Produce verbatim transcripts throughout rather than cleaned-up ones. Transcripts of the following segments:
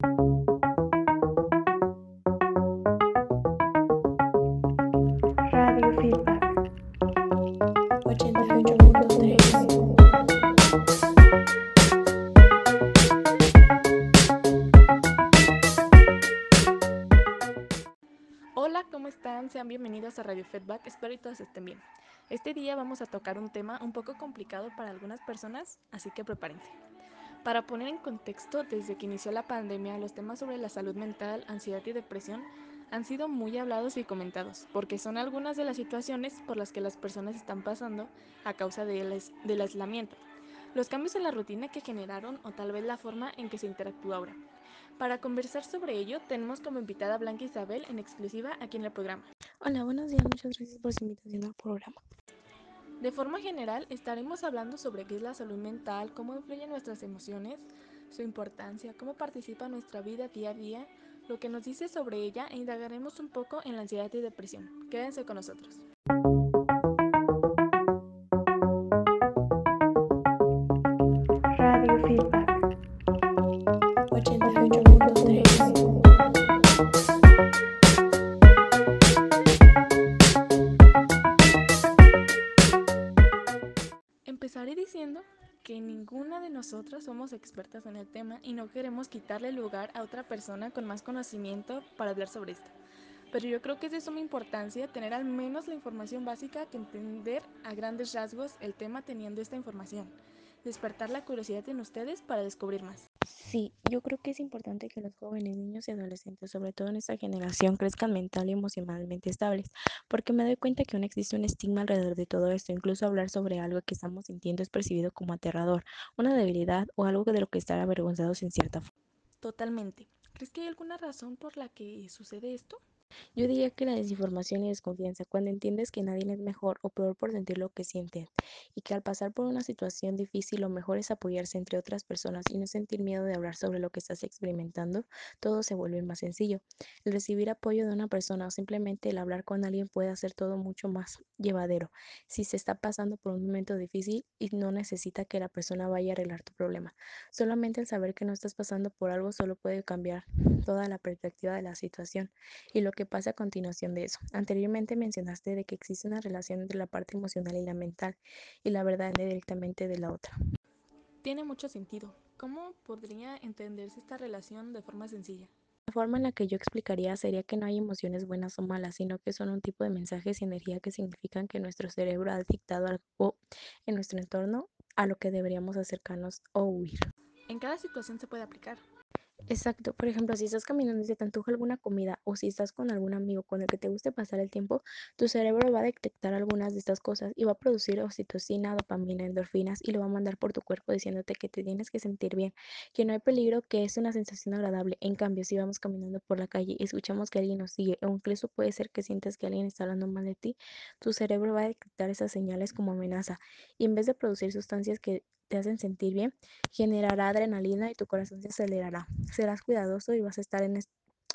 Radio Feedback ochenta y ocho punto tres. Hola, ¿cómo están? Sean bienvenidos a Radio Feedback, espero que todos estén bien. Este día vamos a tocar un tema un poco complicado para algunas personas, así que prepárense. Para poner en contexto, desde que inició la pandemia, los temas sobre la salud mental, ansiedad y depresión han sido muy hablados y comentados, porque son algunas de las situaciones por las que las personas están pasando a causa del, ais- del aislamiento, los cambios en la rutina que generaron o tal vez la forma en que se interactúa ahora. Para conversar sobre ello, tenemos como invitada a Blanca Isabel en exclusiva aquí en el programa. Hola, buenos días, muchas gracias por su invitación al programa. De forma general, estaremos hablando sobre qué es la salud mental, cómo influyen nuestras emociones, su importancia, cómo participa en nuestra vida día a día, lo que nos dice sobre ella e indagaremos un poco en la ansiedad y depresión. Quédense con nosotros. Radio Feedback ochenta y ocho punto tres. Empezaré diciendo que ninguna de nosotras somos expertas en el tema y no queremos quitarle lugar a otra persona con más conocimiento para hablar sobre esto. Pero yo creo que es de suma importancia tener al menos la información básica que entender a grandes rasgos el tema teniendo esta información. Despertar la curiosidad en ustedes para descubrir más. Sí, yo creo que es importante que los jóvenes, niños y adolescentes, sobre todo en esta generación, crezcan mental y emocionalmente estables, porque me doy cuenta que aún existe un estigma alrededor de todo esto. Incluso hablar sobre algo que estamos sintiendo es percibido como aterrador, una debilidad o algo de lo que estar avergonzados en cierta forma. Totalmente. ¿Crees que hay alguna razón por la que sucede esto? Yo diría que la desinformación y desconfianza, cuando entiendes que nadie es mejor o peor por sentir lo que sienten, y que al pasar por una situación difícil lo mejor es apoyarse entre otras personas y no sentir miedo de hablar sobre lo que estás experimentando, todo se vuelve más sencillo. El recibir apoyo de una persona o simplemente el hablar con alguien puede hacer todo mucho más llevadero. Si se está pasando por un momento difícil y no necesita que la persona vaya a arreglar tu problema, solamente el saber que no estás pasando por algo solo puede cambiar toda la perspectiva de la situación y lo que pasa a continuación de eso. Anteriormente mencionaste de que existe una relación entre la parte emocional y la mental, y la verdad depende directamente de la otra. Tiene mucho sentido. ¿Cómo podría entenderse esta relación de forma sencilla? La forma en la que yo explicaría sería que no hay emociones buenas o malas, sino que son un tipo de mensajes y energía que significan que nuestro cerebro ha dictado algo en nuestro entorno a lo que deberíamos acercarnos o huir. En cada situación se puede aplicar. Exacto, por ejemplo, si estás caminando y se te antoja alguna comida o si estás con algún amigo con el que te guste pasar el tiempo, tu cerebro va a detectar algunas de estas cosas y va a producir oxitocina, dopamina, endorfinas y lo va a mandar por tu cuerpo diciéndote que te tienes que sentir bien, que no hay peligro, que es una sensación agradable. En cambio, si vamos caminando por la calle y escuchamos que alguien nos sigue o incluso puede ser que sientas que alguien está hablando mal de ti, tu cerebro va a detectar esas señales como amenaza y en vez de producir sustancias que te hacen sentir bien, generará adrenalina y tu corazón se acelerará. Serás cuidadoso y vas a estar en est-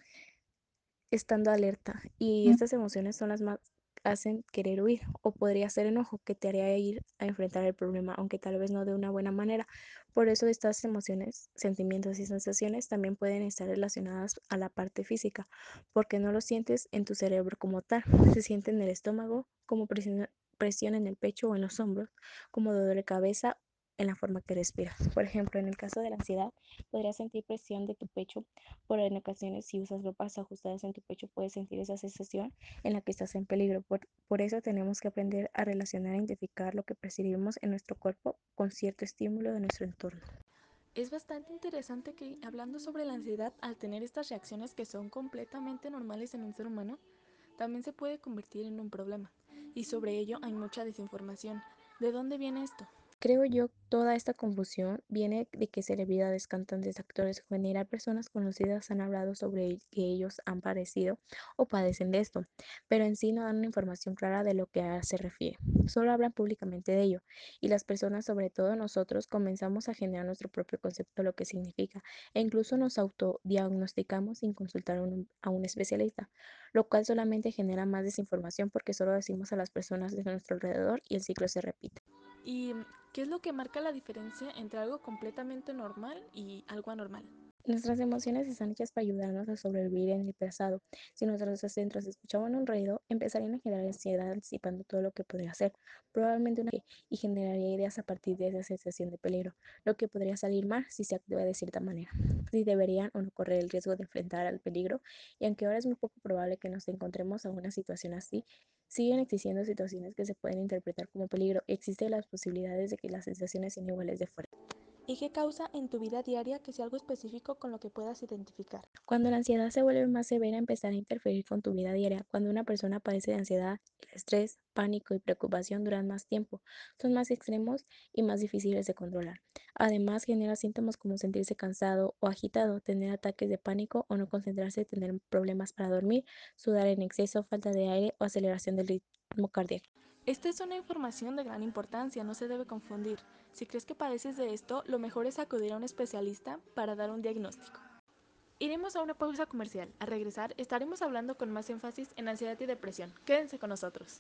estando alerta. Y estas emociones son las más hacen querer huir o podría ser enojo que te haría ir a enfrentar el problema, aunque tal vez no de una buena manera. Por eso estas emociones, sentimientos y sensaciones también pueden estar relacionadas a la parte física, porque no lo sientes en tu cerebro como tal, se siente en el estómago, como presión, presión en el pecho o en los hombros, como dolor de cabeza en la forma que respiras. Por ejemplo, en el caso de la ansiedad, podrías sentir presión de tu pecho, por en ocasiones si usas ropas ajustadas en tu pecho puedes sentir esa sensación en la que estás en peligro. Por, por eso tenemos que aprender a relacionar e identificar lo que percibimos en nuestro cuerpo con cierto estímulo de nuestro entorno. Es bastante interesante que, hablando sobre la ansiedad, al tener estas reacciones que son completamente normales en un ser humano, también se puede convertir en un problema. Y sobre ello hay mucha desinformación. ¿De dónde viene esto? Creo yo toda esta confusión viene de que celebridades, cantantes, actores o en general personas conocidas han hablado sobre que ellos han padecido o padecen de esto, pero en sí no dan una información clara de lo que a- se refiere. Solo hablan públicamente de ello y las personas, sobre todo nosotros, comenzamos a generar nuestro propio concepto de lo que significa e incluso nos autodiagnosticamos sin consultar a un, a un especialista, lo cual solamente genera más desinformación porque solo decimos a las personas de nuestro alrededor y el ciclo se repite. ¿Y qué es lo que marca la diferencia entre algo completamente normal y algo anormal? Nuestras emociones están hechas para ayudarnos a sobrevivir en el pasado. Si nuestros centros escuchaban un ruido, empezarían a generar ansiedad anticipando todo lo que podría hacer, probablemente una y generaría ideas a partir de esa sensación de peligro, lo que podría salir mal si se actúa de cierta manera. Si deberían o no correr el riesgo de enfrentar al peligro, y aunque ahora es muy poco probable que nos encontremos a una situación así, siguen existiendo situaciones que se pueden interpretar como peligro y existen las posibilidades de que las sensaciones sean iguales de fuertes. ¿Y qué causa en tu vida diaria que sea algo específico con lo que puedas identificar? Cuando la ansiedad se vuelve más severa, empezará a interferir con tu vida diaria. Cuando una persona padece de ansiedad, el estrés, pánico y preocupación duran más tiempo, son más extremos y más difíciles de controlar. Además, genera síntomas como sentirse cansado o agitado, tener ataques de pánico o no concentrarse, tener problemas para dormir, sudar en exceso, falta de aire o aceleración del ritmo cardíaco. Esta es una información de gran importancia, no se debe confundir. Si crees que padeces de esto, lo mejor es acudir a un especialista para dar un diagnóstico. Iremos a una pausa comercial. Al regresar, estaremos hablando con más énfasis en ansiedad y depresión. Quédense con nosotros.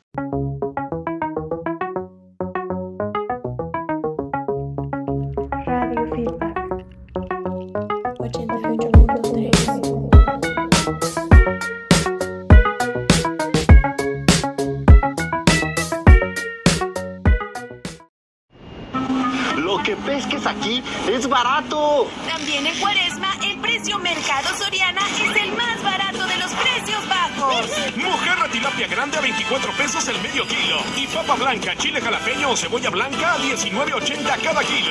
Radio Feedback ochenta y ocho punto tres. Lo que pesques aquí es barato. También en Cuaresma, el precio Mercado Soriana es el más barato de los precios bajos. Mojarra tilapia grande a veinticuatro pesos el medio kilo. Y papa blanca, chile jalapeño o cebolla blanca a diecinueve ochenta cada kilo.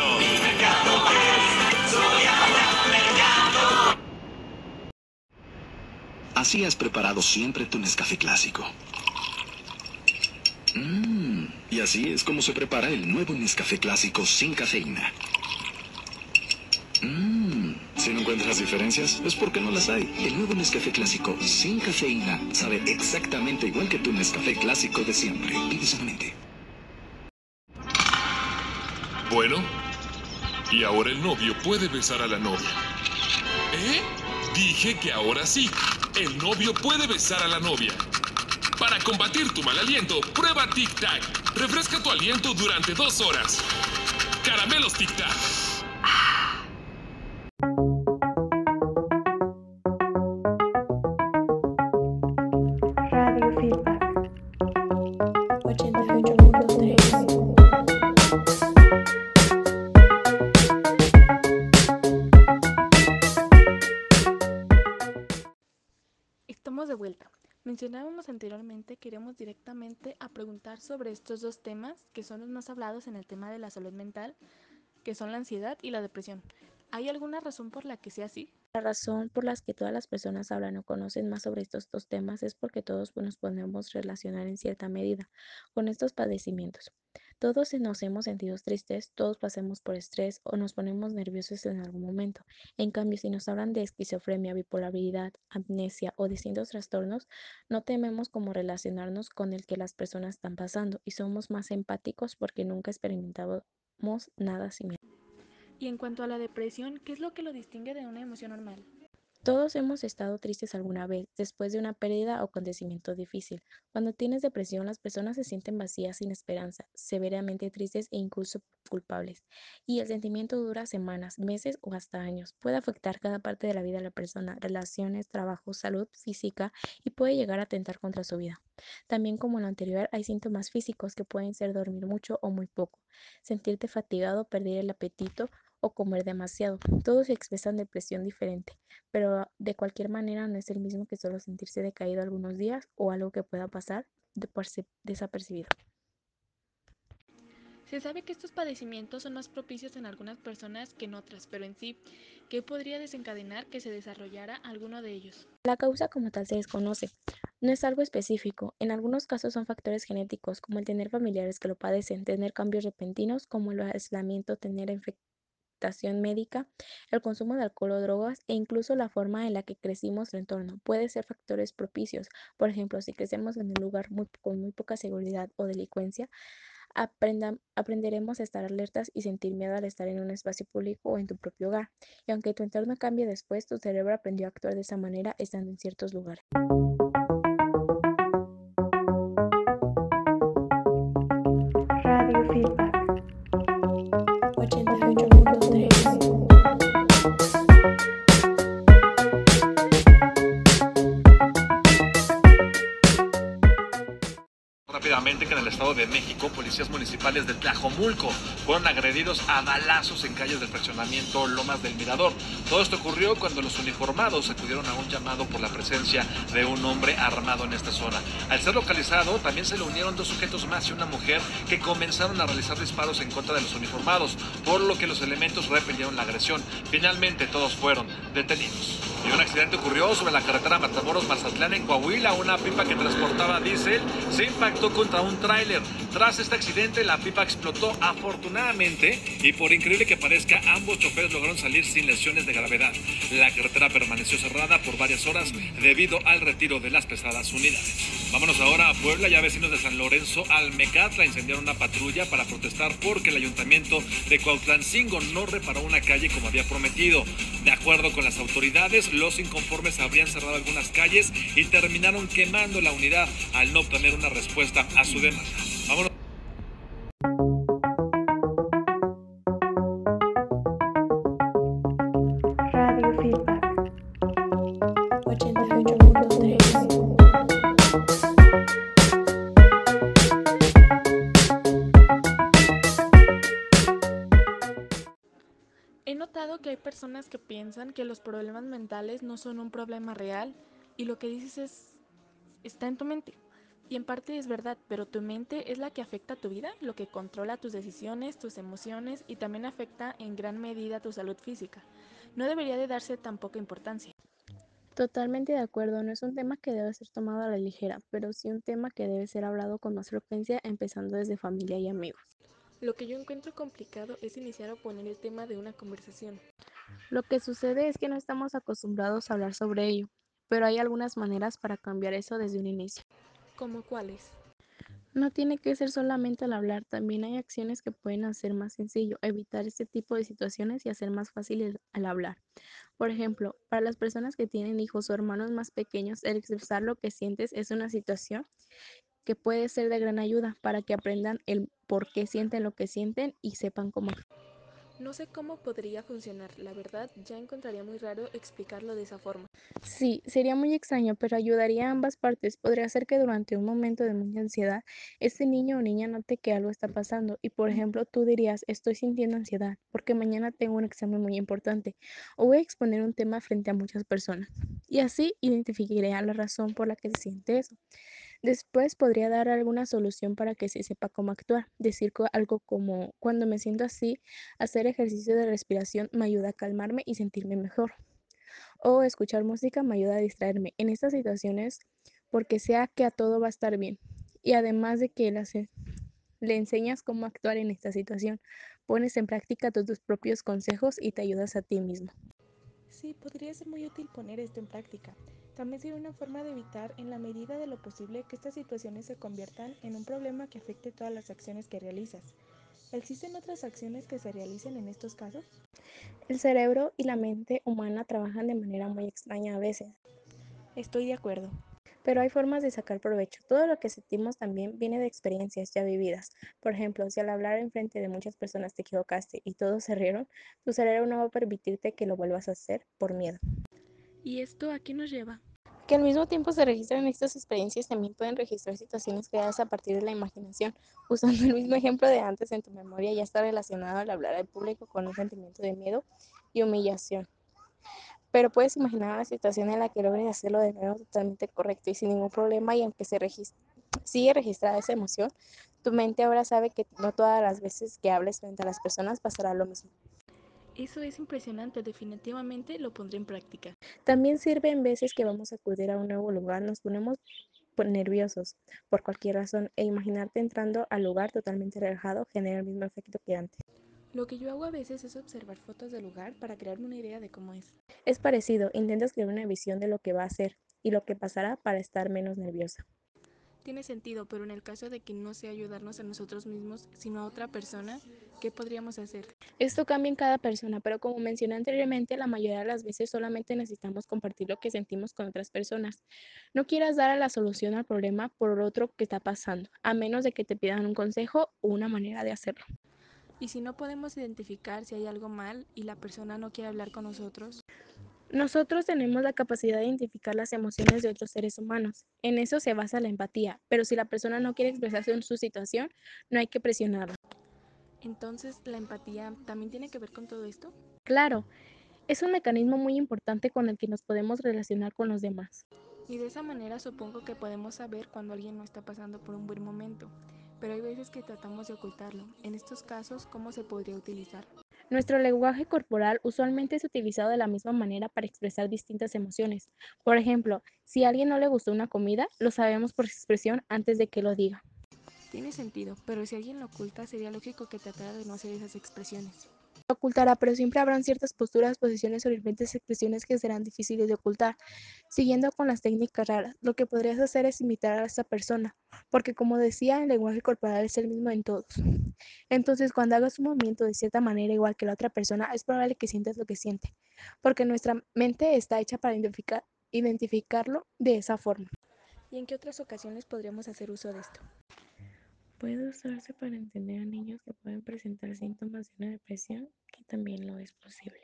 Así has preparado siempre tu Nescafé clásico. Mmm, y así es como se prepara el nuevo Nescafé clásico sin cafeína. Mmm, si no encuentras diferencias, es porque no las hay. El nuevo Nescafé clásico sin cafeína sabe exactamente igual que tu Nescafé clásico de siempre. Vive sanamente. Bueno, y ahora el novio puede besar a la novia. ¿Eh? Dije que ahora sí, el novio puede besar a la novia. Para combatir tu mal aliento, prueba Tic Tac. Refresca tu aliento durante dos horas. Caramelos Tic Tac. Radio Feedback ochenta y ocho punto tres. Estamos de vuelta. Mencionábamos anteriormente que iremos directamente a preguntar sobre estos dos temas que son los más hablados en el tema de la salud mental, que son la ansiedad y la depresión. ¿Hay alguna razón por la que sea así? La razón por la que todas las personas hablan o conocen más sobre estos dos temas es porque todos pues, nos podemos relacionar en cierta medida con estos padecimientos. Todos nos hemos sentido tristes, todos pasamos por estrés o nos ponemos nerviosos en algún momento. En cambio, si nos hablan de esquizofrenia, bipolaridad, amnesia o distintos trastornos, no tememos cómo relacionarnos con el que las personas están pasando y somos más empáticos porque nunca experimentamos nada similar. Y en cuanto a la depresión, ¿qué es lo que lo distingue de una emoción normal? Todos hemos estado tristes alguna vez, después de una pérdida o acontecimiento difícil. Cuando tienes depresión, las personas se sienten vacías, sin esperanza, severamente tristes e incluso culpables. Y el sentimiento dura semanas, meses o hasta años. Puede afectar cada parte de la vida de la persona, relaciones, trabajo, salud física y puede llegar a atentar contra su vida. También como en lo anterior, hay síntomas físicos que pueden ser dormir mucho o muy poco, sentirte fatigado, perder el apetito o comer demasiado. Todos expresan depresión diferente, pero de cualquier manera no es el mismo que solo sentirse decaído algunos días o algo que pueda pasar de desapercibido. Se sabe que estos padecimientos son más propicios en algunas personas que en otras, pero en sí, ¿qué podría desencadenar que se desarrollara alguno de ellos? La causa como tal se desconoce. No es algo específico. En algunos casos son factores genéticos, como el tener familiares que lo padecen, tener cambios repentinos, como el aislamiento, tener infección médica, el consumo de alcohol o drogas e incluso la forma en la que crecimos su entorno. Puede ser factores propicios. Por ejemplo, si crecemos en un lugar muy, con muy poca seguridad o delincuencia, aprenda, aprenderemos a estar alertas y sentir miedo al estar en un espacio público o en tu propio hogar. Y aunque tu entorno cambie después, tu cerebro aprendió a actuar de esa manera estando en ciertos lugares. Radio Feedback ochenta y ocho punto tres. Estado de México, policías municipales de Tlajomulco fueron agredidos a balazos en calles del fraccionamiento Lomas del Mirador. Todo esto ocurrió cuando los uniformados acudieron a un llamado por la presencia de un hombre armado en esta zona. Al ser localizado, también se le unieron dos sujetos más y una mujer que comenzaron a realizar disparos en contra de los uniformados, por lo que los elementos repelieron la agresión. Finalmente todos fueron detenidos. Y un accidente ocurrió sobre la carretera Matamoros-Mazatlán en Coahuila. Una pipa que transportaba diésel se impactó contra un tráiler. Tras este accidente, la pipa explotó afortunadamente y, por increíble que parezca, ambos choferes lograron salir sin lesiones de gravedad. La carretera permaneció cerrada por varias horas debido al retiro de las pesadas unidades. Vámonos ahora a Puebla. Ya vecinos de San Lorenzo Almecatla incendiaron una patrulla para protestar porque el ayuntamiento de Cuautlancingo no reparó una calle como había prometido. De acuerdo con las autoridades, los inconformes habrían cerrado algunas calles y terminaron quemando la unidad al no obtener una respuesta a su demanda. Vámonos. Radio Feedback ochenta y ocho punto tres. He notado que hay personas que piensan que los problemas mentales no son un problema real y lo que dices es está en tu mente. Y en parte es verdad, pero tu mente es la que afecta tu vida, lo que controla tus decisiones, tus emociones y también afecta en gran medida tu salud física. No debería de darse tan poca importancia. Totalmente de acuerdo, no es un tema que debe ser tomado a la ligera, pero sí un tema que debe ser hablado con más frecuencia, empezando desde familia y amigos. Lo que yo encuentro complicado es iniciar o poner el tema de una conversación. Lo que sucede es que no estamos acostumbrados a hablar sobre ello, pero hay algunas maneras para cambiar eso desde un inicio. ¿Cómo cuáles? No tiene que ser solamente al hablar, también hay acciones que pueden hacer más sencillo, evitar este tipo de situaciones y hacer más fácil el, al hablar. Por ejemplo, para las personas que tienen hijos o hermanos más pequeños, el expresar lo que sientes es una situación que puede ser de gran ayuda para que aprendan el por qué sienten lo que sienten y sepan cómo actuar. No sé cómo podría funcionar, la verdad ya encontraría muy raro explicarlo de esa forma. Sí, sería muy extraño, pero ayudaría a ambas partes. Podría ser que durante un momento de mucha ansiedad, este niño o niña note que algo está pasando y, por ejemplo, tú dirías, estoy sintiendo ansiedad porque mañana tengo un examen muy importante o voy a exponer un tema frente a muchas personas. Y así identificaría la razón por la que se siente eso. Después podría dar alguna solución para que se sepa cómo actuar. Decir co- algo como, cuando me siento así, hacer ejercicio de respiración me ayuda a calmarme y sentirme mejor. O escuchar música me ayuda a distraerme en estas situaciones porque sea que a todo va a estar bien. Y además de que las en- le enseñas cómo actuar en esta situación, pones en práctica todos tus propios consejos y te ayudas a ti mismo. Sí, podría ser muy útil poner esto en práctica. También sería una forma de evitar, en la medida de lo posible, que estas situaciones se conviertan en un problema que afecte todas las acciones que realizas. ¿Existen otras acciones que se realicen en estos casos? El cerebro y la mente humana trabajan de manera muy extraña a veces, Estoy de acuerdo. pero hay formas de sacar provecho. Todo lo que sentimos también viene de experiencias ya vividas. Por ejemplo, si al hablar en frente de muchas personas te equivocaste y todos se rieron, tu cerebro no va a permitirte que lo vuelvas a hacer por miedo. ¿Y esto a qué nos lleva? Que al mismo tiempo se registran estas experiencias, también pueden registrar situaciones creadas a partir de la imaginación. Usando el mismo ejemplo de antes en tu memoria, ya está relacionado al hablar al público con un sentimiento de miedo y humillación. Pero puedes imaginar una situación en la que logres hacerlo de nuevo totalmente correcto y sin ningún problema, y aunque se registre, sigue registrada esa emoción, tu mente ahora sabe que no todas las veces que hables frente a las personas pasará lo mismo. Eso es impresionante, definitivamente lo pondré en práctica. También sirve en veces que vamos a acudir a un nuevo lugar, nos ponemos pues, nerviosos por cualquier razón, e imaginarte entrando al lugar totalmente relajado genera el mismo efecto que antes. Lo que yo hago a veces es observar fotos del lugar para crearme una idea de cómo es. Es parecido, intentas crear una visión de lo que va a ser y lo que pasará para estar menos nerviosa. Tiene sentido, pero en el caso de que no sea ayudarnos a nosotros mismos, sino a otra persona, ¿qué podríamos hacer? Esto cambia en cada persona, pero como mencioné anteriormente, la mayoría de las veces solamente necesitamos compartir lo que sentimos con otras personas. No quieras dar a la solución al problema por otro que está pasando, a menos de que te pidan un consejo o una manera de hacerlo. Y si no podemos identificar si hay algo mal y la persona no quiere hablar con nosotros, Nosotros tenemos la capacidad de identificar las emociones de otros seres humanos. En eso se basa la empatía, pero si la persona no quiere expresarse en su situación, no hay que presionarla. Entonces, ¿la empatía también tiene que ver con todo esto? Claro, es un mecanismo muy importante con el que nos podemos relacionar con los demás. Y de esa manera supongo que podemos saber cuando alguien no está pasando por un buen momento, pero hay veces que tratamos de ocultarlo. En estos casos, ¿cómo se podría utilizar? Nuestro lenguaje corporal usualmente es utilizado de la misma manera para expresar distintas emociones. Por ejemplo, si a alguien no le gustó una comida, lo sabemos por su expresión antes de que lo diga. Tiene sentido, pero si alguien lo oculta, sería lógico que tratara de no hacer esas expresiones. Lo ocultará, pero siempre habrán ciertas posturas, posiciones o diferentes expresiones que serán difíciles de ocultar. Siguiendo con las técnicas raras, lo que podrías hacer es imitar a esa persona, porque como decía, el lenguaje corporal es el mismo en todos. Entonces, cuando hagas un movimiento de cierta manera igual que la otra persona, es probable que sientas lo que siente, porque nuestra mente está hecha para identificar, identificarlo de esa forma. ¿Y en qué otras ocasiones podríamos hacer uso de esto? Puede usarse para entender a niños que pueden presentar síntomas de una depresión, que también lo es posible.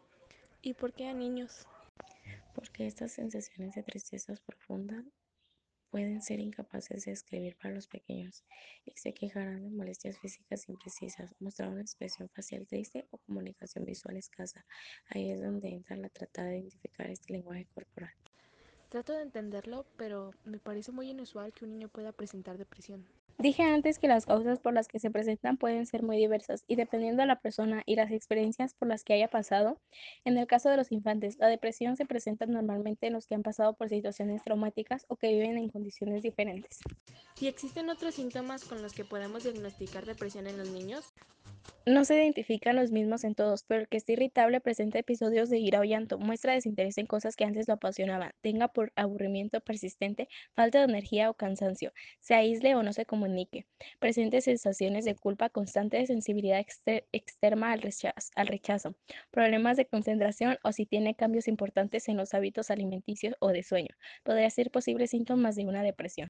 ¿Y por qué a niños? Porque estas sensaciones de tristeza profunda pueden ser incapaces de escribir para los pequeños y se quejarán de molestias físicas imprecisas, mostrar una expresión facial triste o comunicación visual escasa. Ahí es donde entra la tratar de identificar este lenguaje corporal. Trato de entenderlo, pero me parece muy inusual que un niño pueda presentar depresión. Dije antes que las causas por las que se presentan pueden ser muy diversas y dependiendo de la persona y las experiencias por las que haya pasado. En el caso de los infantes, la depresión se presenta normalmente en los que han pasado por situaciones traumáticas o que viven en condiciones diferentes. ¿Y existen otros síntomas con los que podemos diagnosticar depresión en los niños? No se identifican los mismos en todos, pero el que esté irritable presenta episodios de ira o llanto, muestra desinterés en cosas que antes lo apasionaban, tenga por aburrimiento persistente, falta de energía o cansancio, se aísle o no se comunique, presente sensaciones de culpa constante, de sensibilidad exter externa al rechazo, al rechazo, problemas de concentración o si tiene cambios importantes en los hábitos alimenticios o de sueño. Podría ser posibles síntomas de una depresión.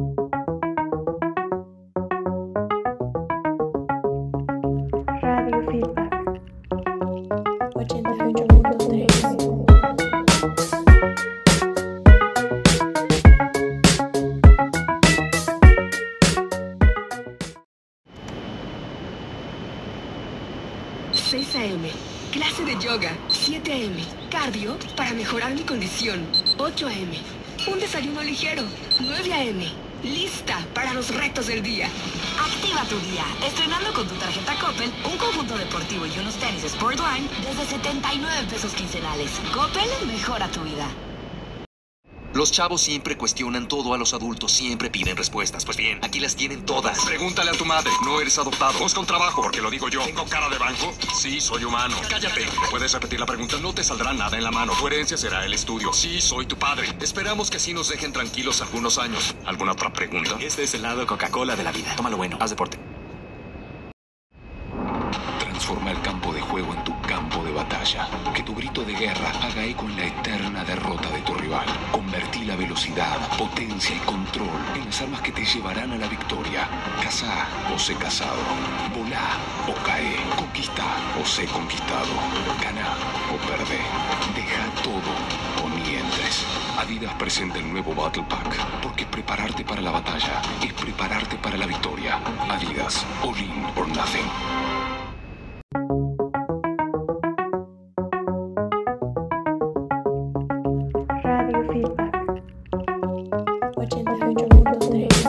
Radio Feedback ochenta y ocho punto tres. seis a eme, clase de yoga. siete a eme, cardio para mejorar mi condición. ocho a eme, un desayuno ligero. nueve a eme, lista para los retos del día. Activa tu día, estrenando con tu tarjeta Coppel un conjunto deportivo y unos tenis Sportline desde setenta y nueve pesos quincenales. Coppel mejora tu vida. Los chavos siempre cuestionan todo a los adultos, siempre piden respuestas. Pues bien, aquí las tienen todas. Pregúntale a tu madre. No eres adoptado. Busca un trabajo. Porque lo digo yo. ¿Tengo cara de banco? Sí, soy humano. Cállate. ¿Puedes repetir la pregunta? No te saldrá nada en la mano. Tu herencia será el estudio. Sí, soy tu padre. Esperamos que sí nos dejen tranquilos algunos años. ¿Alguna otra pregunta? Este es el lado Coca-Cola de la vida. Tómalo bueno. Haz deporte. Transforma el campo de juego en tu campo de batalla. Que tu grito de guerra haga eco en la eterna derrota de tu rival. Convertí la velocidad, potencia y control en las armas que te llevarán a la victoria. Cazá o sé cazado. Volá o cae. Conquista o sé conquistado. Ganá o perdé. Deja todo o ni entres. Adidas presenta el nuevo Battle Pack. Porque prepararte para la batalla es prepararte para la victoria. Adidas. All in or nothing. Radio Feedback ochenta y ocho punto tres.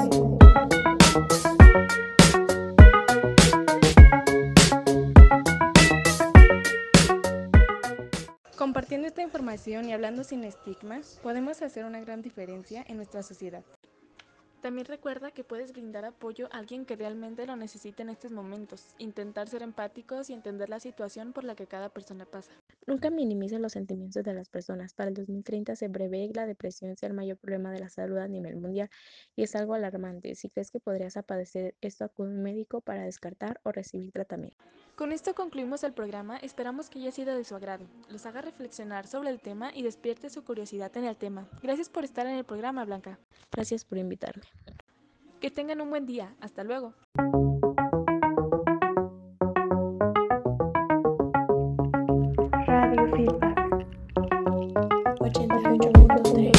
Compartiendo esta información y hablando sin estigmas, podemos hacer una gran diferencia en nuestra sociedad. También recuerda que puedes brindar apoyo a alguien que realmente lo necesite en estos momentos, intentar ser empáticos y entender la situación por la que cada persona pasa. Nunca minimices los sentimientos de las personas. Para el dos mil treinta se prevé que la depresión sea el mayor problema de la salud a nivel mundial y es algo alarmante. Si crees que podrías padecer esto, acude a un médico para descartar o recibir tratamiento. Con esto concluimos el programa, esperamos que haya sido de su agrado, los haga reflexionar sobre el tema y despierte su curiosidad en el tema. Gracias por estar en el programa, Blanca. Gracias por invitarme. Que tengan un buen día, hasta luego. Radio Feedback ocho punto tres.